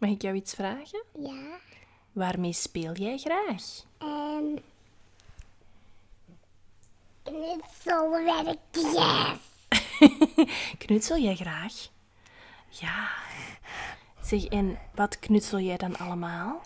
Mag ik jou iets vragen? Ja. Waarmee speel jij graag? Knutselwerkjes. Knutsel jij graag? Ja. Zeg, en wat knutsel jij dan allemaal?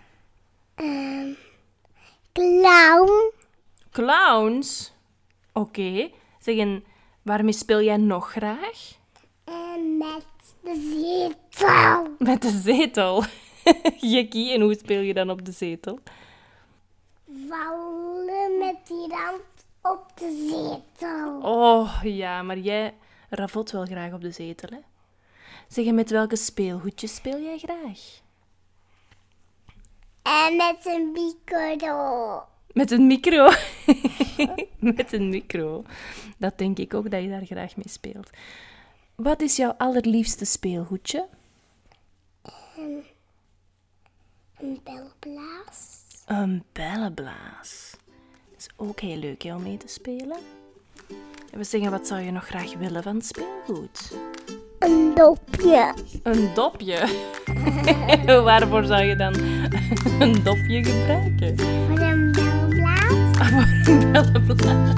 Clown. Clowns? Oké. Zeg, en waarmee speel jij nog graag? Met de zetel. Met de zetel. Jekkie, en hoe speel je dan op de zetel? Vallen met die rand op de zetel. Oh, ja, maar jij ravot wel graag op de zetel, hè? Zeg, en met welke speelgoedjes speel jij graag? En met een micro. Met een micro. Met een micro. Dat denk ik ook dat je daar graag mee speelt. Wat is jouw allerliefste speelgoedje? Een belblaas. Een bellenblaas. Dat is ook heel leuk hè, om mee te spelen. En we zeggen, wat zou je nog graag willen van speelgoed? Een dopje. Een dopje. Waarvoor zou je dan een dopje gebruiken? Voor een belblaas. Voor een bellenblaas.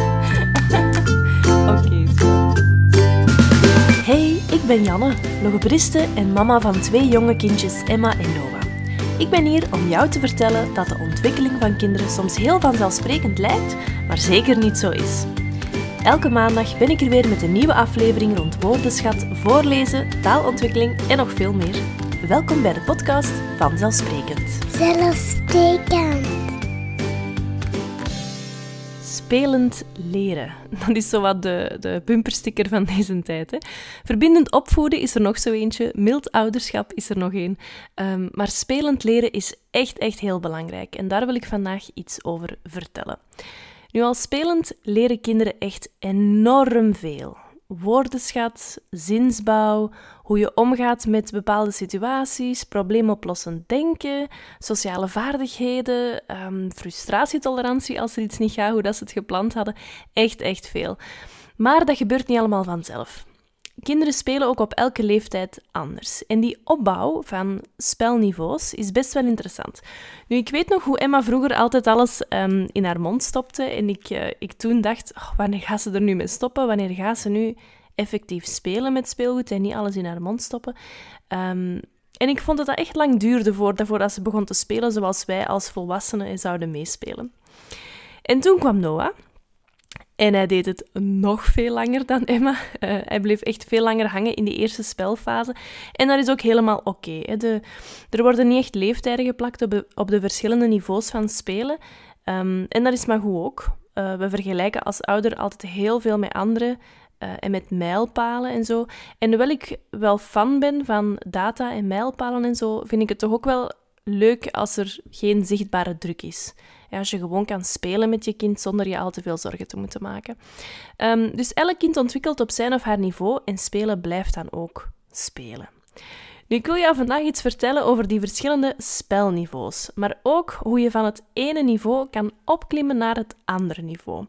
Oké, zo. Hey, ik ben Janne, logopediste en mama van 2 jonge kindjes, Emma en Noah. Ik ben hier om jou te vertellen dat de ontwikkeling van kinderen soms heel vanzelfsprekend lijkt, maar zeker niet zo is. Elke maandag ben ik er weer met een nieuwe aflevering rond woordenschat, voorlezen, taalontwikkeling en nog veel meer. Welkom bij de podcast Vanzelfsprekend. Zelfsprekend. Spelend leren. Dat is zowat de bumpersticker van deze tijd. Hè. Verbindend opvoeden is er nog zo eentje. Mild ouderschap is er nog één. Maar spelend leren is echt heel belangrijk. En daar wil ik vandaag iets over vertellen. Nu, al spelend leren kinderen echt enorm veel. Woordenschat, zinsbouw, hoe je omgaat met bepaalde situaties, probleemoplossend denken, sociale vaardigheden, frustratietolerantie als er iets niet gaat, hoe dat ze het gepland hadden. Echt veel. Maar dat gebeurt niet allemaal vanzelf. Kinderen spelen ook op elke leeftijd anders. En die opbouw van spelniveaus is best wel interessant. Nu, ik weet nog hoe Emma vroeger altijd alles in haar mond stopte. En ik toen dacht, wanneer gaat ze er nu mee stoppen? Wanneer gaat ze nu effectief spelen met speelgoed en niet alles in haar mond stoppen? En ik vond dat dat echt lang duurde voordat ze begon te spelen zoals wij als volwassenen zouden meespelen. En toen kwam Noah. En hij deed het nog veel langer dan Emma. Hij bleef echt veel langer hangen in die eerste spelfase. En dat is ook helemaal oké. Er worden niet echt leeftijden geplakt op de verschillende niveaus van spelen. En dat is maar goed ook. We vergelijken als ouder altijd heel veel met anderen en met mijlpalen en zo. En hoewel ik wel fan ben van data en mijlpalen en zo, vind ik het toch ook wel leuk als er geen zichtbare druk is. Ja, als je gewoon kan spelen met je kind zonder je al te veel zorgen te moeten maken. Dus elk kind ontwikkelt op zijn of haar niveau en spelen blijft dan ook spelen. Nu, ik wil jou vandaag iets vertellen over die verschillende spelniveaus, maar ook hoe je van het ene niveau kan opklimmen naar het andere niveau.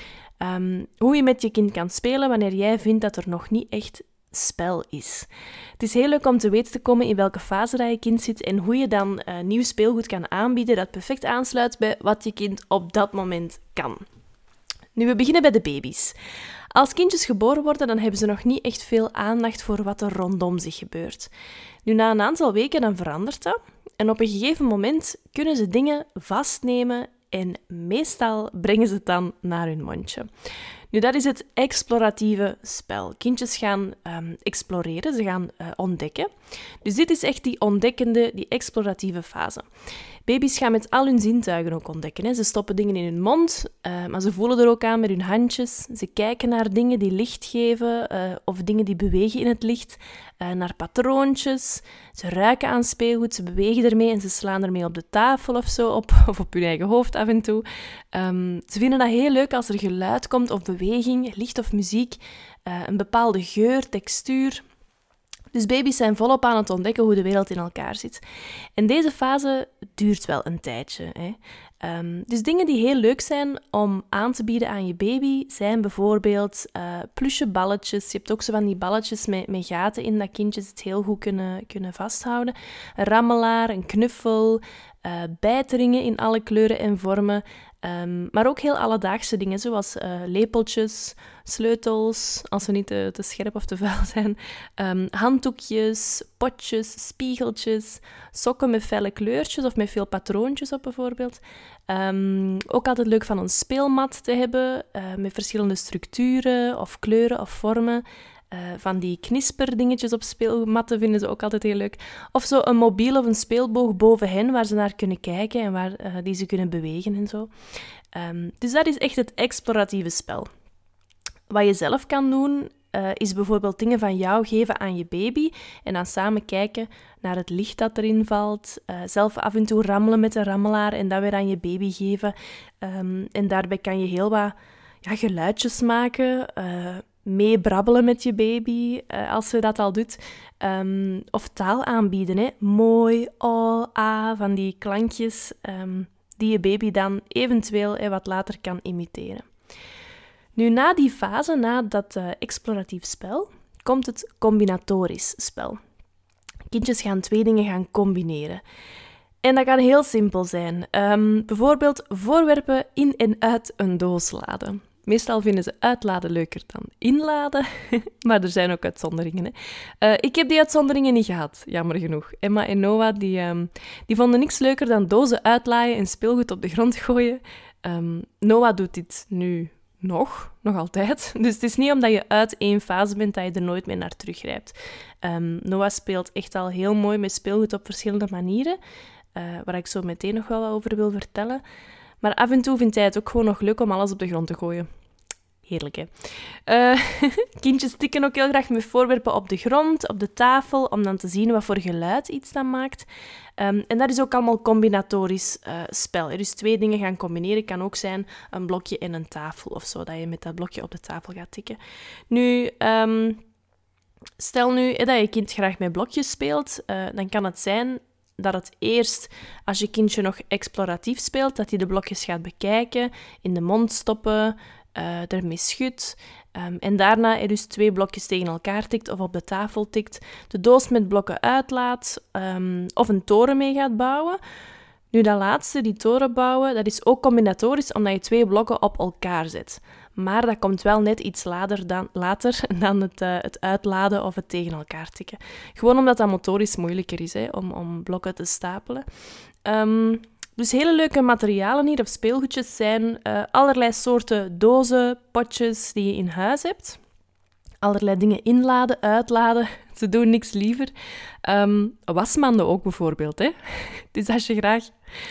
Hoe je met je kind kan spelen wanneer jij vindt dat er nog niet echt spel is. Het is heel leuk om te weten te komen in welke fase dat je kind zit en hoe je dan nieuw speelgoed kan aanbieden dat perfect aansluit bij wat je kind op dat moment kan. Nu, we beginnen bij de baby's. Als kindjes geboren worden, dan hebben ze nog niet echt veel aandacht voor wat er rondom zich gebeurt. Nu, na een aantal weken dan verandert dat en op een gegeven moment kunnen ze dingen vastnemen en meestal brengen ze het dan naar hun mondje. Nu, dat is het exploratieve spel. Kindjes gaan exploreren, ze gaan ontdekken. Dus dit is echt die ontdekkende, die exploratieve fase. Baby's gaan met al hun zintuigen ook ontdekken. Hè. Ze stoppen dingen in hun mond, maar ze voelen er ook aan met hun handjes. Ze kijken naar dingen die licht geven of dingen die bewegen in het licht, naar patroontjes. Ze ruiken aan speelgoed, ze bewegen ermee en ze slaan ermee op de tafel of zo, of op hun eigen hoofd af en toe. Ze vinden dat heel leuk als er geluid komt of beweging, licht of muziek, een bepaalde geur, textuur. Dus baby's zijn volop aan het ontdekken hoe de wereld in elkaar zit. En deze fase duurt wel een tijdje. Hè. Dus dingen die heel leuk zijn om aan te bieden aan je baby zijn bijvoorbeeld plusje balletjes. Je hebt ook zo van die balletjes met gaten in dat kindjes het heel goed kunnen vasthouden. Een rammelaar, een knuffel, bijteringen in alle kleuren en vormen. Maar ook heel alledaagse dingen, zoals lepeltjes, sleutels, als ze niet te scherp of te vuil zijn, handdoekjes, potjes, spiegeltjes, sokken met felle kleurtjes of met veel patroontjes op bijvoorbeeld. Ook altijd leuk van een speelmat te hebben, met verschillende structuren of kleuren of vormen. Van die knisperdingetjes op speelmatten vinden ze ook altijd heel leuk. Of zo een mobiel of een speelboog boven hen, waar ze naar kunnen kijken en waar die ze kunnen bewegen en zo. Dus dat is echt het exploratieve spel. Wat je zelf kan doen, is bijvoorbeeld dingen van jou geven aan je baby en dan samen kijken naar het licht dat erin valt. Zelf af en toe rammelen met een rammelaar en dat weer aan je baby geven. En daarbij kan je heel wat geluidjes maken, meebrabbelen met je baby, als ze dat al doet. Of taal aanbieden, hè. Mooi, oh, ah, van die klankjes die je baby dan eventueel wat later kan imiteren. Nu, na die fase, na dat exploratief spel, komt het combinatorisch spel. Kindjes gaan 2 dingen gaan combineren. En dat kan heel simpel zijn. Bijvoorbeeld voorwerpen in en uit een doos laden. Meestal vinden ze uitladen leuker dan inladen, maar er zijn ook uitzonderingen. Hè. Ik heb die uitzonderingen niet gehad, jammer genoeg. Emma en Noah die vonden niks leuker dan dozen uitlaaien en speelgoed op de grond gooien. Noah doet dit nu nog altijd. Dus het is niet omdat je uit 1 fase bent dat je er nooit meer naar teruggrijpt. Noah speelt echt al heel mooi met speelgoed op verschillende manieren, waar ik zo meteen nog wel wat over wil vertellen. Maar af en toe vindt hij het ook gewoon nog leuk om alles op de grond te gooien. Heerlijk, hè? Kindjes tikken ook heel graag met voorwerpen op de grond, op de tafel, om dan te zien wat voor geluid iets dan maakt. En dat is ook allemaal combinatorisch spel. Dus 2 dingen gaan combineren kan ook zijn een blokje en een tafel of zo, dat je met dat blokje op de tafel gaat tikken. Nu, stel nu dat je kind graag met blokjes speelt, dan kan het zijn dat het eerst, als je kindje nog exploratief speelt, dat hij de blokjes gaat bekijken, in de mond stoppen, ermee schudt. En daarna er dus 2 blokjes tegen elkaar tikt of op de tafel tikt, de doos met blokken uitlaat of een toren mee gaat bouwen. Nu, dat laatste, die toren bouwen, dat is ook combinatorisch omdat je 2 blokken op elkaar zet. Maar dat komt wel net iets later dan het uitladen of het tegen elkaar tikken. Gewoon omdat dat motorisch moeilijker is, hè, om blokken te stapelen. Dus hele leuke materialen hier, of speelgoedjes, zijn allerlei soorten dozen, potjes die je in huis hebt. Allerlei dingen inladen, uitladen. Ze doen niks liever. Wasmanden ook bijvoorbeeld. Hè. Dus als je graag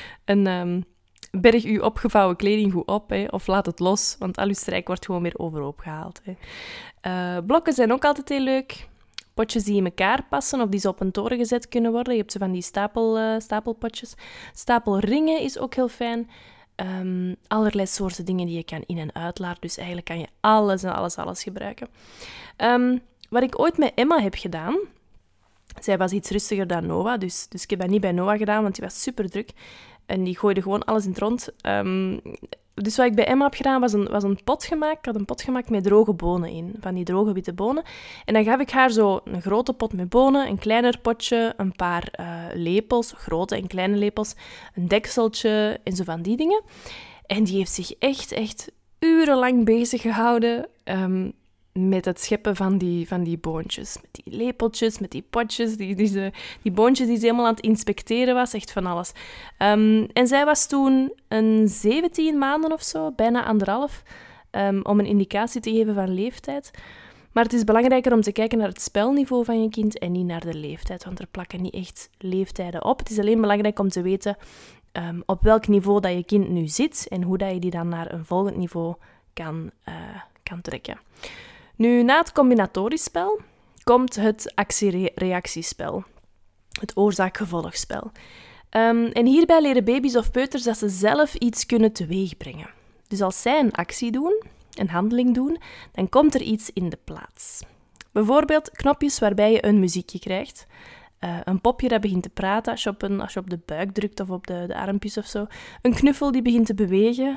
berg je opgevouwen kleding goed op, hè, of laat het los, want al je strijk wordt gewoon weer overhoop gehaald. Hè. Blokken zijn ook altijd heel leuk. Potjes die in elkaar passen of die ze op een toren gezet kunnen worden. Je hebt ze van die stapelpotjes. Stapelringen is ook heel fijn. Allerlei soorten dingen die je kan in- en uitladen. Dus eigenlijk kan je alles en alles gebruiken. Wat ik ooit met Emma heb gedaan... Zij was iets rustiger dan Noah, dus ik heb dat niet bij Noah gedaan, want die was super druk. En die gooide gewoon alles in het rond. Dus wat ik bij Emma heb gedaan, was een pot gemaakt. Ik had een pot gemaakt met droge bonen in, van die droge witte bonen. En dan gaf ik haar zo een grote pot met bonen, een kleiner potje, een paar lepels, grote en kleine lepels, een dekseltje en zo van die dingen. En die heeft zich echt urenlang bezig gehouden met het scheppen van die boontjes. Met die lepeltjes, met die potjes, die boontjes die ze helemaal aan het inspecteren was, echt van alles. En zij was toen 17 maanden of zo, bijna 1,5, om een indicatie te geven van leeftijd. Maar het is belangrijker om te kijken naar het spelniveau van je kind en niet naar de leeftijd, want er plakken niet echt leeftijden op. Het is alleen belangrijk om te weten op welk niveau dat je kind nu zit en hoe dat je die dan naar een volgend niveau kan trekken. Nu, na het combinatorisch spel komt het actie-reactiespel, het oorzaak-gevolgspel. En hierbij leren baby's of peuters dat ze zelf iets kunnen teweegbrengen. Dus als zij een actie doen, een handeling doen, dan komt er iets in de plaats. Bijvoorbeeld knopjes waarbij je een muziekje krijgt. Een popje dat begint te praten als je op de buik drukt of op de armpjes of zo. Een knuffel die begint te bewegen.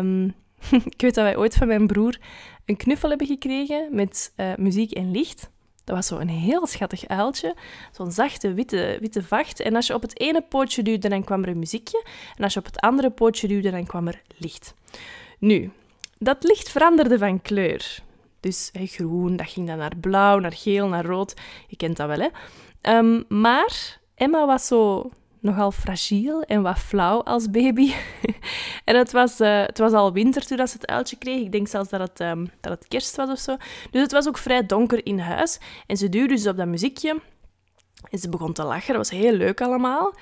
Ik weet dat wij ooit van mijn broer een knuffel hebben gekregen met muziek en licht. Dat was zo'n heel schattig uiltje. Zo'n zachte, witte vacht. En als je op het ene pootje duwde, dan kwam er een muziekje. En als je op het andere pootje duwde, dan kwam er licht. Nu, dat licht veranderde van kleur. Dus groen, dat ging dan naar blauw, naar geel, naar rood. Je kent dat wel, hè? Maar Emma was zo nogal fragiel en wat flauw als baby. En het was al winter toen ze het uiltje kreeg. Ik denk zelfs dat het kerst was of zo. Dus het was ook vrij donker in huis. En ze duwde dus op dat muziekje. En ze begon te lachen. Dat was heel leuk allemaal.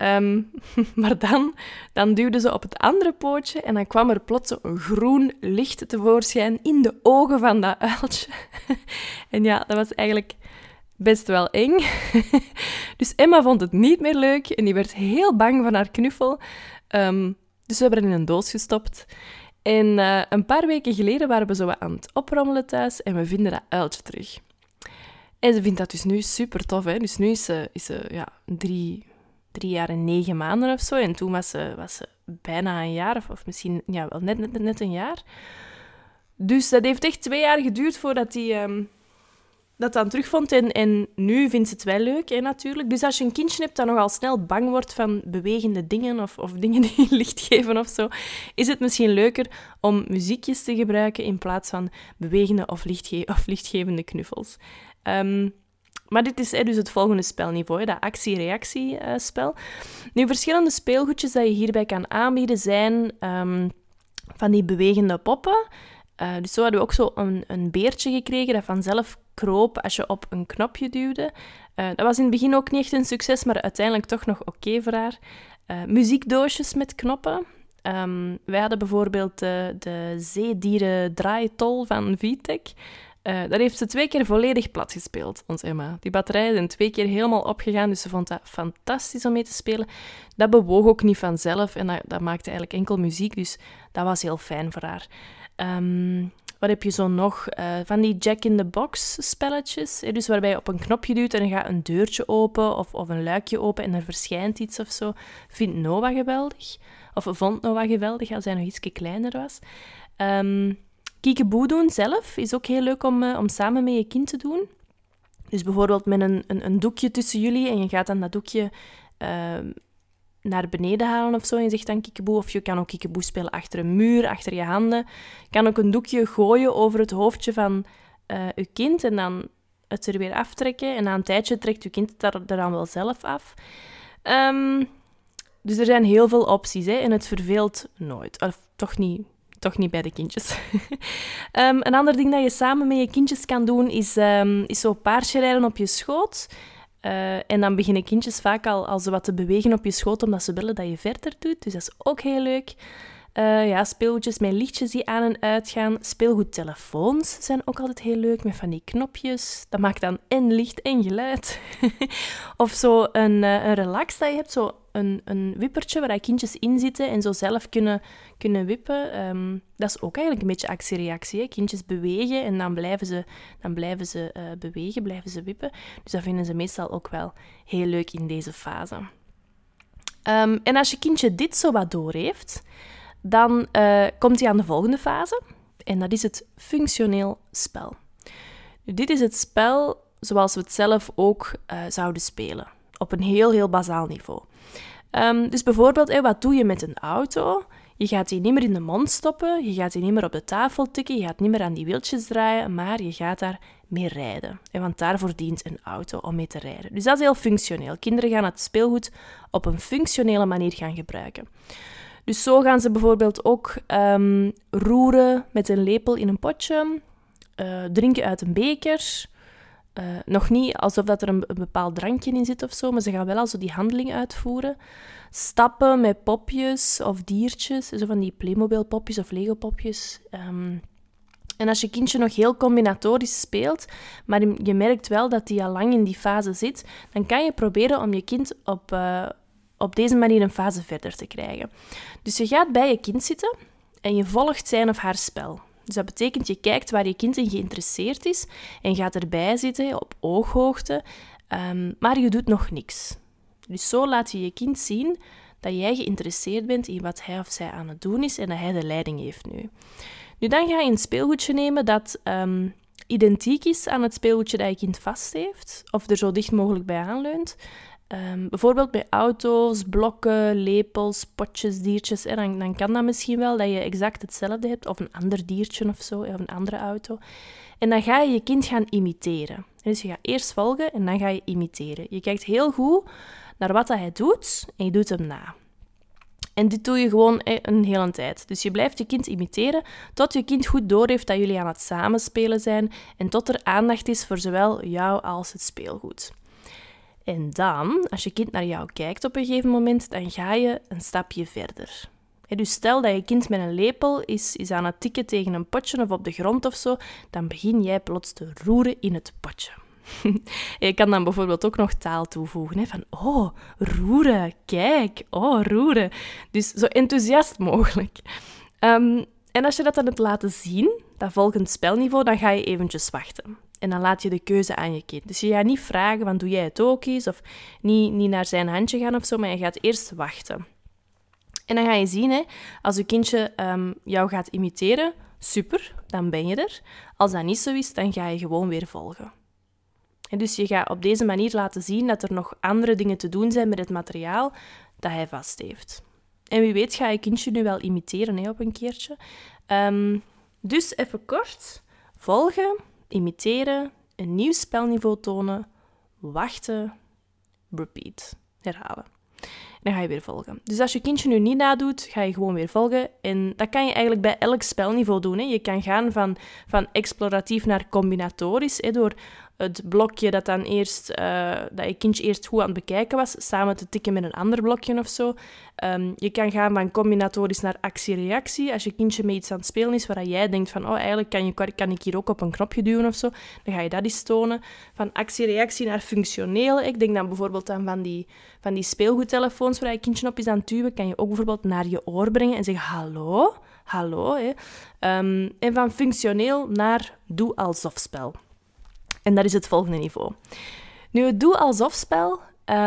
Maar dan duwde ze op het andere pootje en dan kwam er plots een groen licht tevoorschijn in de ogen van dat uiltje. En ja, dat was eigenlijk best wel eng. Dus Emma vond het niet meer leuk en die werd heel bang van haar knuffel. Dus we hebben haar in een doos gestopt. En een paar weken geleden waren we zo wat aan het oprommelen thuis en we vinden dat uiltje terug. En ze vindt dat dus nu super tof, hè. Dus nu is ze 3 jaar en 9 maanden of zo. En toen was ze bijna een jaar, of misschien wel net een jaar. Dus dat heeft echt 2 jaar geduurd voordat hij dat dan terugvond. En nu vindt ze het wel leuk, hè, natuurlijk. Dus als je een kindje hebt dat nogal snel bang wordt van bewegende dingen of dingen die licht geven of zo, is het misschien leuker om muziekjes te gebruiken in plaats van bewegende of lichtgevende knuffels. Maar dit is dus het volgende spelniveau, dat actie-reactie-spel. Nu, verschillende speelgoedjes dat je hierbij kan aanbieden zijn van die bewegende poppen. Dus zo hadden we ook zo een beertje gekregen dat vanzelf kroop als je op een knopje duwde. Dat was in het begin ook niet echt een succes, maar uiteindelijk toch nog oké voor haar. Muziekdoosjes met knoppen. Wij hadden bijvoorbeeld de zeedieren draaitol van VTech. Daar heeft ze 2 keer volledig plat gespeeld, ons Emma. Die batterijen zijn 2 keer helemaal opgegaan, dus ze vond dat fantastisch om mee te spelen. Dat bewoog ook niet vanzelf en dat maakte eigenlijk enkel muziek, dus dat was heel fijn voor haar. Wat heb je zo nog? Van die Jack-in-the-Box spelletjes, dus waarbij je op een knopje duwt en dan gaat een deurtje open of een luikje open en er verschijnt iets of zo. Vindt Noah geweldig. Of vond Noah geweldig als hij nog iets kleiner was. Kiekeboe doen zelf is ook heel leuk om samen met je kind te doen. Dus bijvoorbeeld met een doekje tussen jullie en je gaat dan dat doekje naar beneden halen of zo en je zegt dan kiekeboe. Of je kan ook kiekeboe spelen achter een muur, achter je handen. Je kan ook een doekje gooien over het hoofdje van je kind en dan het er weer aftrekken. En na een tijdje trekt je kind het er dan wel zelf af. Dus er zijn heel veel opties, hè, en het verveelt nooit. Of toch niet bij de kindjes. Een ander ding dat je samen met je kindjes kan doen, is zo paardje rijden op je schoot. En dan beginnen kindjes vaak al zo wat te bewegen op je schoot, omdat ze willen dat je verder doet. Dus dat is ook heel leuk. Speelgoedjes met lichtjes die aan en uitgaan. Speelgoedtelefoons zijn ook altijd heel leuk, met van die knopjes. Dat maakt dan en licht en geluid. Of zo een relax dat je hebt, zo een wippertje waar kindjes in zitten en zo zelf kunnen wippen. Dat is ook eigenlijk een beetje actie-reactie, hè? Kindjes bewegen en dan blijven ze bewegen, blijven ze wippen. Dus dat vinden ze meestal ook wel heel leuk in deze fase. En als je kindje dit zo wat doorheeft, dan komt hij aan de volgende fase. En dat is het functioneel spel. Nu, dit is het spel zoals we het zelf ook zouden spelen. Op een heel, heel bazaal niveau. Dus bijvoorbeeld, wat doe je met een auto? Je gaat die niet meer in de mond stoppen, je gaat die niet meer op de tafel tikken, je gaat niet meer aan die wieltjes draaien, maar je gaat daar mee rijden. Want daarvoor dient een auto om mee te rijden. Dus dat is heel functioneel. Kinderen gaan het speelgoed op een functionele manier gaan gebruiken. Dus zo gaan ze bijvoorbeeld ook roeren met een lepel in een potje, drinken uit een beker. Nog niet alsof dat er een bepaald drankje in zit of zo, maar ze gaan wel al zo die handeling uitvoeren. Stappen met popjes of diertjes, zo van die Playmobil-popjes of Lego-popjes. En als je kindje nog heel combinatorisch speelt, maar je merkt wel dat hij al lang in die fase zit, dan kan je proberen om je kind op deze manier een fase verder te krijgen. Dus je gaat bij je kind zitten en je volgt zijn of haar spel. Dus dat betekent, je kijkt waar je kind in geïnteresseerd is en gaat erbij zitten op ooghoogte, maar je doet nog niks. Dus zo laat je je kind zien dat jij geïnteresseerd bent in wat hij of zij aan het doen is en dat hij de leiding heeft nu. Nu, dan ga je een speelgoedje nemen dat identiek is aan het speelgoedje dat je kind vast heeft, of er zo dicht mogelijk bij aanleunt. Bijvoorbeeld bij auto's, blokken, lepels, potjes, diertjes. Dan kan dat misschien wel dat je exact hetzelfde hebt, of een ander diertje of zo, of een andere auto. En dan ga je je kind gaan imiteren. Dus je gaat eerst volgen en dan ga je imiteren. Je kijkt heel goed naar wat hij doet en je doet hem na. En dit doe je gewoon een hele tijd. Dus je blijft je kind imiteren tot je kind goed doorheeft dat jullie aan het samenspelen zijn en tot er aandacht is voor zowel jou als het speelgoed. En dan, als je kind naar jou kijkt op een gegeven moment, dan ga je een stapje verder. Dus stel dat je kind met een lepel is aan het tikken tegen een potje of op de grond of zo, dan begin jij plots te roeren in het potje. Je kan dan bijvoorbeeld ook nog taal toevoegen. Van, oh, roeren, kijk, oh, roeren. Dus zo enthousiast mogelijk. En als je dat dan hebt laten zien, dat volgend spelniveau, dan ga je eventjes wachten. En dan laat je de keuze aan je kind. Dus je gaat niet vragen, van, doe jij het ook eens? Of niet naar zijn handje gaan of zo, maar je gaat eerst wachten. En dan ga je zien, als je kindje jou gaat imiteren, super, dan ben je er. Als dat niet zo is, dan ga je gewoon weer volgen. En dus je gaat op deze manier laten zien dat er nog andere dingen te doen zijn met het materiaal dat hij vast heeft. En wie weet ga je kindje nu wel imiteren op een keertje. Dus even kort, volgen, imiteren, een nieuw spelniveau tonen, wachten, repeat, herhalen. En dan ga je weer volgen. Dus als je kindje nu niet nadoet, ga je gewoon weer volgen. En dat kan je eigenlijk bij elk spelniveau doen. Je kan gaan van exploratief naar combinatorisch, door het blokje dat dan eerst, dat je kindje eerst goed aan het bekijken was, samen te tikken met een ander blokje of zo. Je kan gaan van combinatorisch naar actie-reactie. Als je kindje met iets aan het spelen is waar jij denkt van, oh, eigenlijk kan ik hier ook op een knopje duwen of zo, dan ga je dat eens tonen. Van actie-reactie naar functioneel. Ik denk dan bijvoorbeeld aan van die speelgoedtelefoons waar je kindje op is aan het duwen, kan je ook bijvoorbeeld naar je oor brengen en zeggen, hallo. En van functioneel naar doe alsof spel. En dat is het volgende niveau. Nu, het doe-alsof-spel,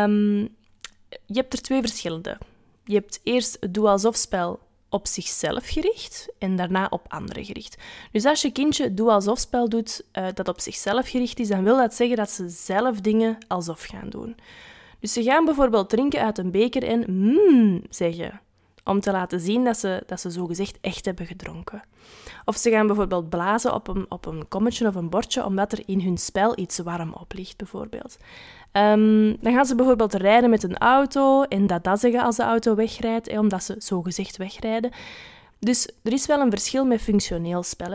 je hebt er 2 verschillende. Je hebt eerst het doe-alsof-spel op zichzelf gericht en daarna op anderen gericht. Dus als je kindje het doe-alsof-spel doet dat op zichzelf gericht is, dan wil dat zeggen dat ze zelf dingen alsof gaan doen. Dus ze gaan bijvoorbeeld drinken uit een beker en zeggen, om te laten zien dat ze zogezegd echt hebben gedronken. Of ze gaan bijvoorbeeld blazen op een kommetje of een bordje, omdat er in hun spel iets warm op ligt, bijvoorbeeld. Dan gaan ze bijvoorbeeld rijden met een auto en dat zeggen als de auto wegrijdt, omdat ze zogezegd wegrijden. Dus er is wel een verschil met functioneel spel.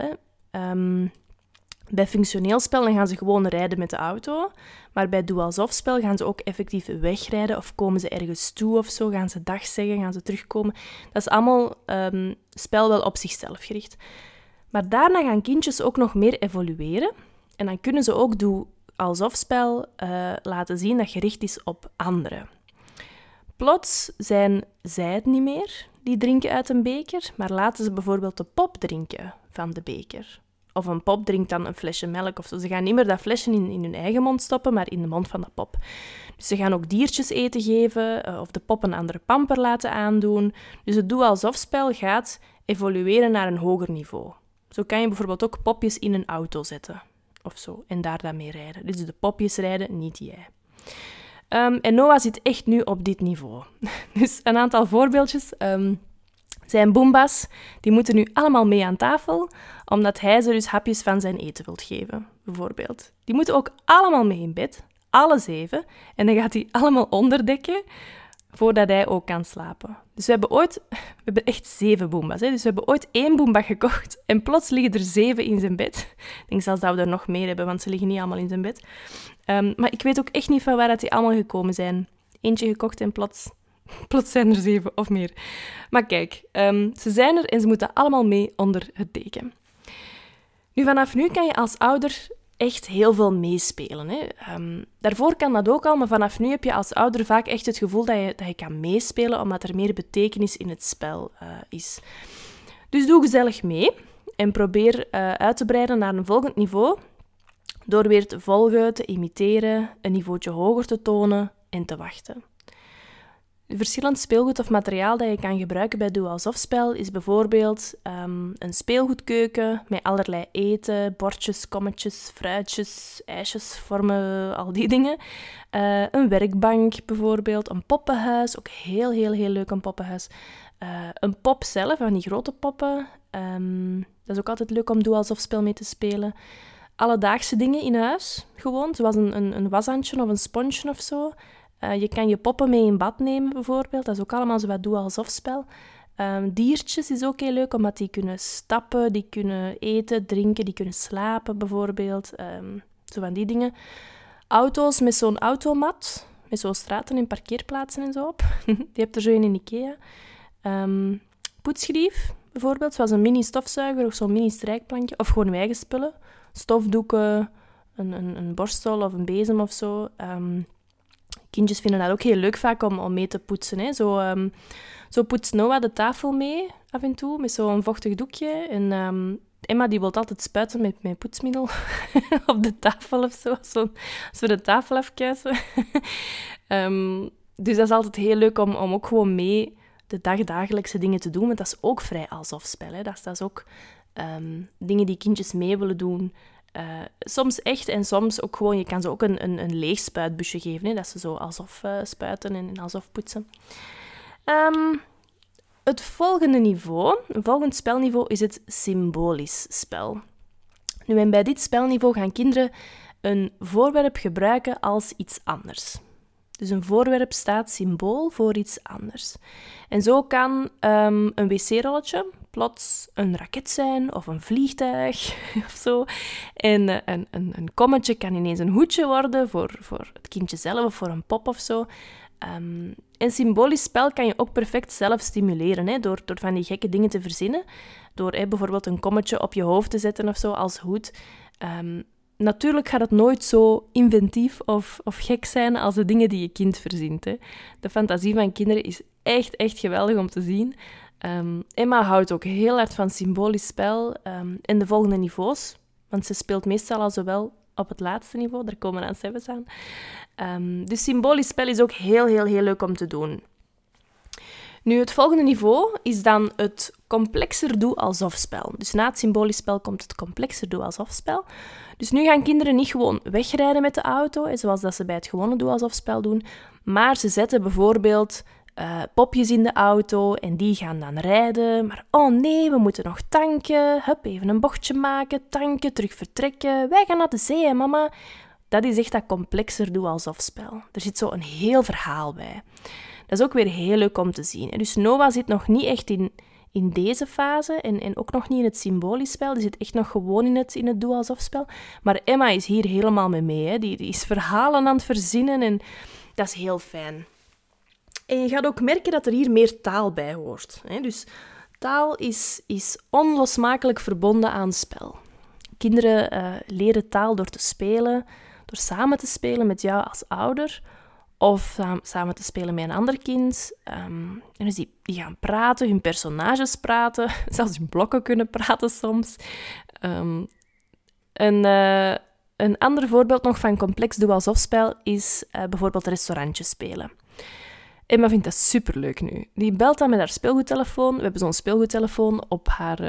Bij functioneel spel dan gaan ze gewoon rijden met de auto, maar bij doe-alsof-spel gaan ze ook effectief wegrijden of komen ze ergens toe of zo, gaan ze dag zeggen, gaan ze terugkomen. Dat is allemaal spel wel op zichzelf gericht. Maar daarna gaan kindjes ook nog meer evolueren en dan kunnen ze ook doe-alsof-spel laten zien dat gericht is op anderen. Plots zijn zij het niet meer die drinken uit een beker, maar laten ze bijvoorbeeld de pop drinken van de beker. Of een pop drinkt dan een flesje melk of zo. Ze gaan niet meer dat flesje in hun eigen mond stoppen, maar in de mond van de pop. Dus ze gaan ook diertjes eten geven of de pop een andere pamper laten aandoen. Dus het doe-alsof-spel gaat evolueren naar een hoger niveau. Zo kan je bijvoorbeeld ook popjes in een auto zetten of zo en daar dan mee rijden. Dus de popjes rijden, niet jij. En Noah zit echt nu op dit niveau. Dus een aantal voorbeeldjes. Zijn boomba's, die moeten nu allemaal mee aan tafel, omdat hij ze dus hapjes van zijn eten wilt geven, bijvoorbeeld. Die moeten ook allemaal mee in bed, alle 7, en dan gaat hij allemaal onderdekken voordat hij ook kan slapen. Dus we hebben echt 7 boomba's. Dus we hebben ooit 1 boomba gekocht en plots liggen er 7 in zijn bed. Ik denk zelfs dat we er nog meer hebben, want ze liggen niet allemaal in zijn bed. Maar ik weet ook echt niet van waar dat die allemaal gekomen zijn. Eentje gekocht en plots zijn er 7 of meer. Maar kijk, ze zijn er en ze moeten allemaal mee onder het deken. Nu, vanaf nu kan je als ouder echt heel veel meespelen. Daarvoor kan dat ook al, maar vanaf nu heb je als ouder vaak echt het gevoel dat je kan meespelen, omdat er meer betekenis in het spel is. Dus doe gezellig mee. En probeer uit te breiden naar een volgend niveau door weer te volgen, te imiteren, een niveautje hoger te tonen en te wachten. Verschillend speelgoed of materiaal dat je kan gebruiken bij doe-alsof-spel is bijvoorbeeld een speelgoedkeuken met allerlei eten, bordjes, kommetjes, fruitjes, ijsjes, vormen, al die dingen. Een werkbank bijvoorbeeld, een poppenhuis, ook heel, heel, heel leuk een poppenhuis. Een pop zelf, van die grote poppen. Dat is ook altijd leuk om doe-alsof-spel mee te spelen. Alledaagse dingen in huis, gewoon, zoals een washandje of een sponsje of zo. Je kan je poppen mee in bad nemen, bijvoorbeeld. Dat is ook allemaal zo wat doe-alsof-spel. Diertjes is ook heel leuk, omdat die kunnen stappen, die kunnen eten, drinken, die kunnen slapen, bijvoorbeeld. Zo van die dingen. Auto's met zo'n automat, met zo'n straten en parkeerplaatsen en zo op. Die heb je er zo in Ikea. Poetsgrief, bijvoorbeeld, zoals een mini-stofzuiger of zo'n mini-strijkplankje. Of gewoon eigen spullen. Stofdoeken, een borstel of een bezem of zo. Kindjes vinden dat ook heel leuk vaak om mee te poetsen. Hè. Zo poetst Noah de tafel mee, af en toe, met zo'n vochtig doekje. En Emma die wil altijd spuiten met poetsmiddel op de tafel of zo, als we de tafel afkuisen. Dus dat is altijd heel leuk om ook gewoon mee de dagdagelijkse dingen te doen, want dat is ook vrij alsof-spel. Hè. Dat is ook dingen die kindjes mee willen doen. Soms echt en soms ook gewoon, je kan ze ook een leeg spuitbusje geven, hè, dat ze zo alsof spuiten en alsof poetsen. Het volgende spelniveau is het symbolisch spel. Nu, en bij dit spelniveau gaan kinderen een voorwerp gebruiken als iets anders. Dus een voorwerp staat symbool voor iets anders. En zo kan een wc-rolletje plots een raket zijn of een vliegtuig of zo. En een kommetje kan ineens een hoedje worden voor het kindje zelf of voor een pop of zo. En symbolisch spel kan je ook perfect zelf stimuleren, hè, door van die gekke dingen te verzinnen. Door bijvoorbeeld een kommetje op je hoofd te zetten of zo als hoed. Natuurlijk gaat het nooit zo inventief of gek zijn als de dingen die je kind verzint. Hè. De fantasie van kinderen is echt, echt geweldig om te zien. Emma houdt ook heel hard van symbolisch spel en de volgende niveaus. Want ze speelt meestal al zowel op het laatste niveau, daar komen we aan zelfs aan. Dus symbolisch spel is ook heel, heel, heel leuk om te doen. Nu, het volgende niveau is dan het complexer doe-alsof-spel. Dus na het symbolisch spel komt het complexer doe-alsof-spel. Dus nu gaan kinderen niet gewoon wegrijden met de auto, zoals dat ze bij het gewone doe-alsof-spel doen, maar ze zetten bijvoorbeeld popjes in de auto en die gaan dan rijden. Maar oh nee, we moeten nog tanken. Hup, even een bochtje maken, tanken, terug vertrekken. Wij gaan naar de zee, hè, mama. Dat is echt dat complexer doe-alsof-spel. Er zit zo een heel verhaal bij. Dat is ook weer heel leuk om te zien. Dus Noah zit nog niet echt in deze fase en ook nog niet in het symbolisch spel. Die zit echt nog gewoon in het doe-alsof-spel. Maar Emma is hier helemaal mee. Hè. Die is verhalen aan het verzinnen en dat is heel fijn. En je gaat ook merken dat er hier meer taal bij hoort. Hè. Dus taal is onlosmakelijk verbonden aan spel. Kinderen leren taal door te spelen, door samen te spelen met jou als ouder of samen te spelen met een ander kind. En dus die gaan praten, hun personages praten, zelfs hun blokken kunnen praten soms. Een ander voorbeeld nog van complex doe-alsof-spel is bijvoorbeeld restaurantjes spelen. Emma vindt dat superleuk nu. Die belt dan met haar speelgoedtelefoon. We hebben zo'n speelgoedtelefoon op haar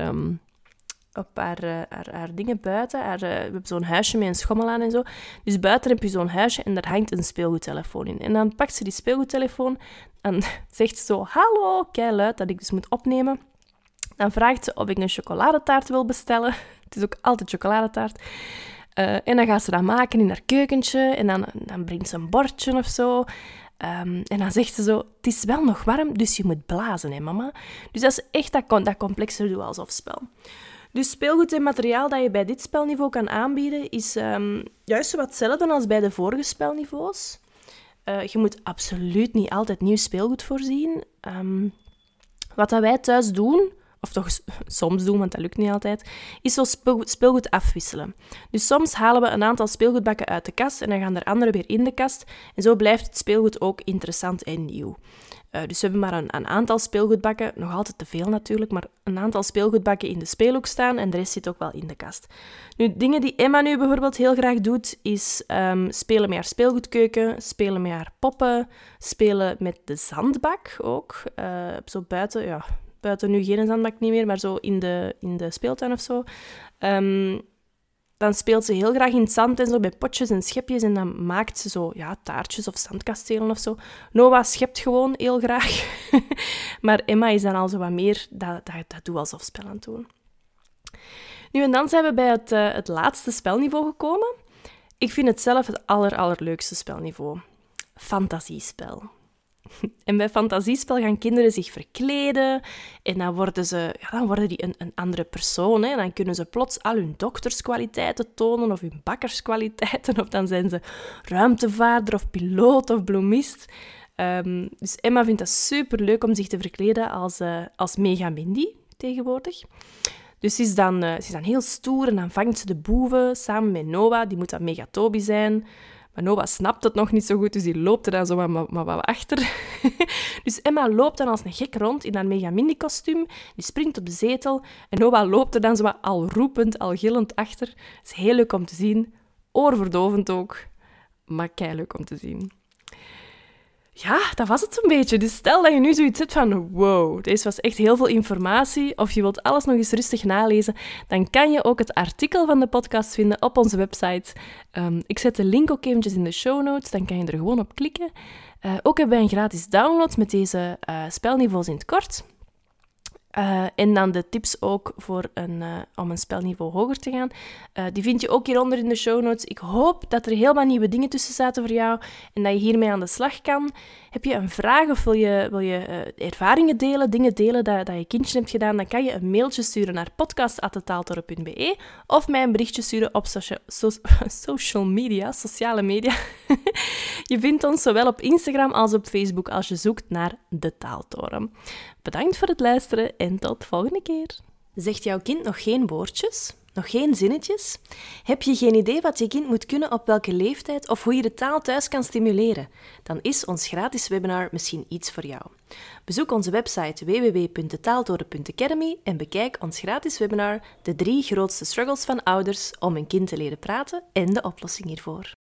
dingen buiten. We hebben zo'n huisje met een schommel aan en zo. Dus buiten heb je zo'n huisje en daar hangt een speelgoedtelefoon in. En dan pakt ze die speelgoedtelefoon en zegt ze zo, hallo, keiluid, dat ik dus moet opnemen. Dan vraagt ze of ik een chocoladetaart wil bestellen. Het is ook altijd chocoladetaart. En dan gaat ze dat maken in haar keukentje en dan brengt ze een bordje of zo. En dan zegt ze zo, het is wel nog warm, dus je moet blazen, hè, mama. Dus dat is echt dat complexer doe-alsof-spel. Dus speelgoed en materiaal dat je bij dit spelniveau kan aanbieden, is juist wat hetzelfde als bij de vorige spelniveaus. Je moet absoluut niet altijd nieuw speelgoed voorzien. Wat dat wij thuis doen, of toch soms doen, want dat lukt niet altijd, is zo speelgoed afwisselen. Dus soms halen we een aantal speelgoedbakken uit de kast en dan gaan er andere weer in de kast. En zo blijft het speelgoed ook interessant en nieuw. Dus we hebben maar een aantal speelgoedbakken, nog altijd te veel natuurlijk, maar een aantal speelgoedbakken in de speelhoek staan en de rest zit ook wel in de kast. Nu, dingen die Emma nu bijvoorbeeld heel graag doet, is spelen met haar speelgoedkeuken, spelen met haar poppen, spelen met de zandbak ook. Zo buiten, buiten nu geen zandbak niet meer, maar zo in de speeltuin of zo. Dan speelt ze heel graag in het zand en zo bij potjes en schepjes en dan maakt ze zo taartjes of zandkastelen of zo. Noah schept gewoon heel graag. Maar Emma is dan al zo wat meer dat doe alsof spel aan het doen. Nu en dan zijn we bij het laatste spelniveau gekomen. Ik vind het zelf het allerleukste spelniveau. Fantasiespel. En bij fantasiespel gaan kinderen zich verkleden en dan worden die een andere persoon. Hè. Dan kunnen ze plots al hun dokterskwaliteiten tonen of hun bakkerskwaliteiten of dan zijn ze ruimtevaarder of piloot of bloemist. Dus Emma vindt dat superleuk om zich te verkleden als Megamindy tegenwoordig. Dus ze is dan heel stoer en dan vangt ze de boeven samen met Noah. Die moet dan Megatobi zijn. Maar Noah snapt het nog niet zo goed, dus die loopt er dan zo wat achter. Dus Emma loopt dan als een gek rond in haar Megamindy-kostuum. Die springt op de zetel en Noah loopt er dan zo al roepend, al gillend achter. Het is heel leuk om te zien. Oorverdovend ook. Maar keileuk om te zien. Ja, dat was het zo'n beetje. Dus stel dat je nu zoiets hebt van wow, deze was echt heel veel informatie, of je wilt alles nog eens rustig nalezen, dan kan je ook het artikel van de podcast vinden op onze website. Ik zet de link ook eventjes in de show notes, dan kan je er gewoon op klikken. Ook hebben wij een gratis download met deze spelniveaus in het kort. En dan de tips ook om een spelniveau hoger te gaan. Die vind je ook hieronder in de show notes. Ik hoop dat er helemaal nieuwe dingen tussen zaten voor jou en dat je hiermee aan de slag kan. Heb je een vraag of wil je ervaringen delen, dingen delen dat je kindje hebt gedaan, dan kan je een mailtje sturen naar podcast@detaaltoren.be of mij een berichtje sturen op social media. Je vindt ons zowel op Instagram als op Facebook als je zoekt naar De Taaltoren. Bedankt voor het luisteren en tot volgende keer. Zegt jouw kind nog geen woordjes? Nog geen zinnetjes? Heb je geen idee wat je kind moet kunnen op welke leeftijd of hoe je de taal thuis kan stimuleren? Dan is ons gratis webinar misschien iets voor jou. Bezoek onze website www.detaaltoren.academy en bekijk ons gratis webinar De 3 grootste struggles van ouders om een kind te leren praten en de oplossing hiervoor.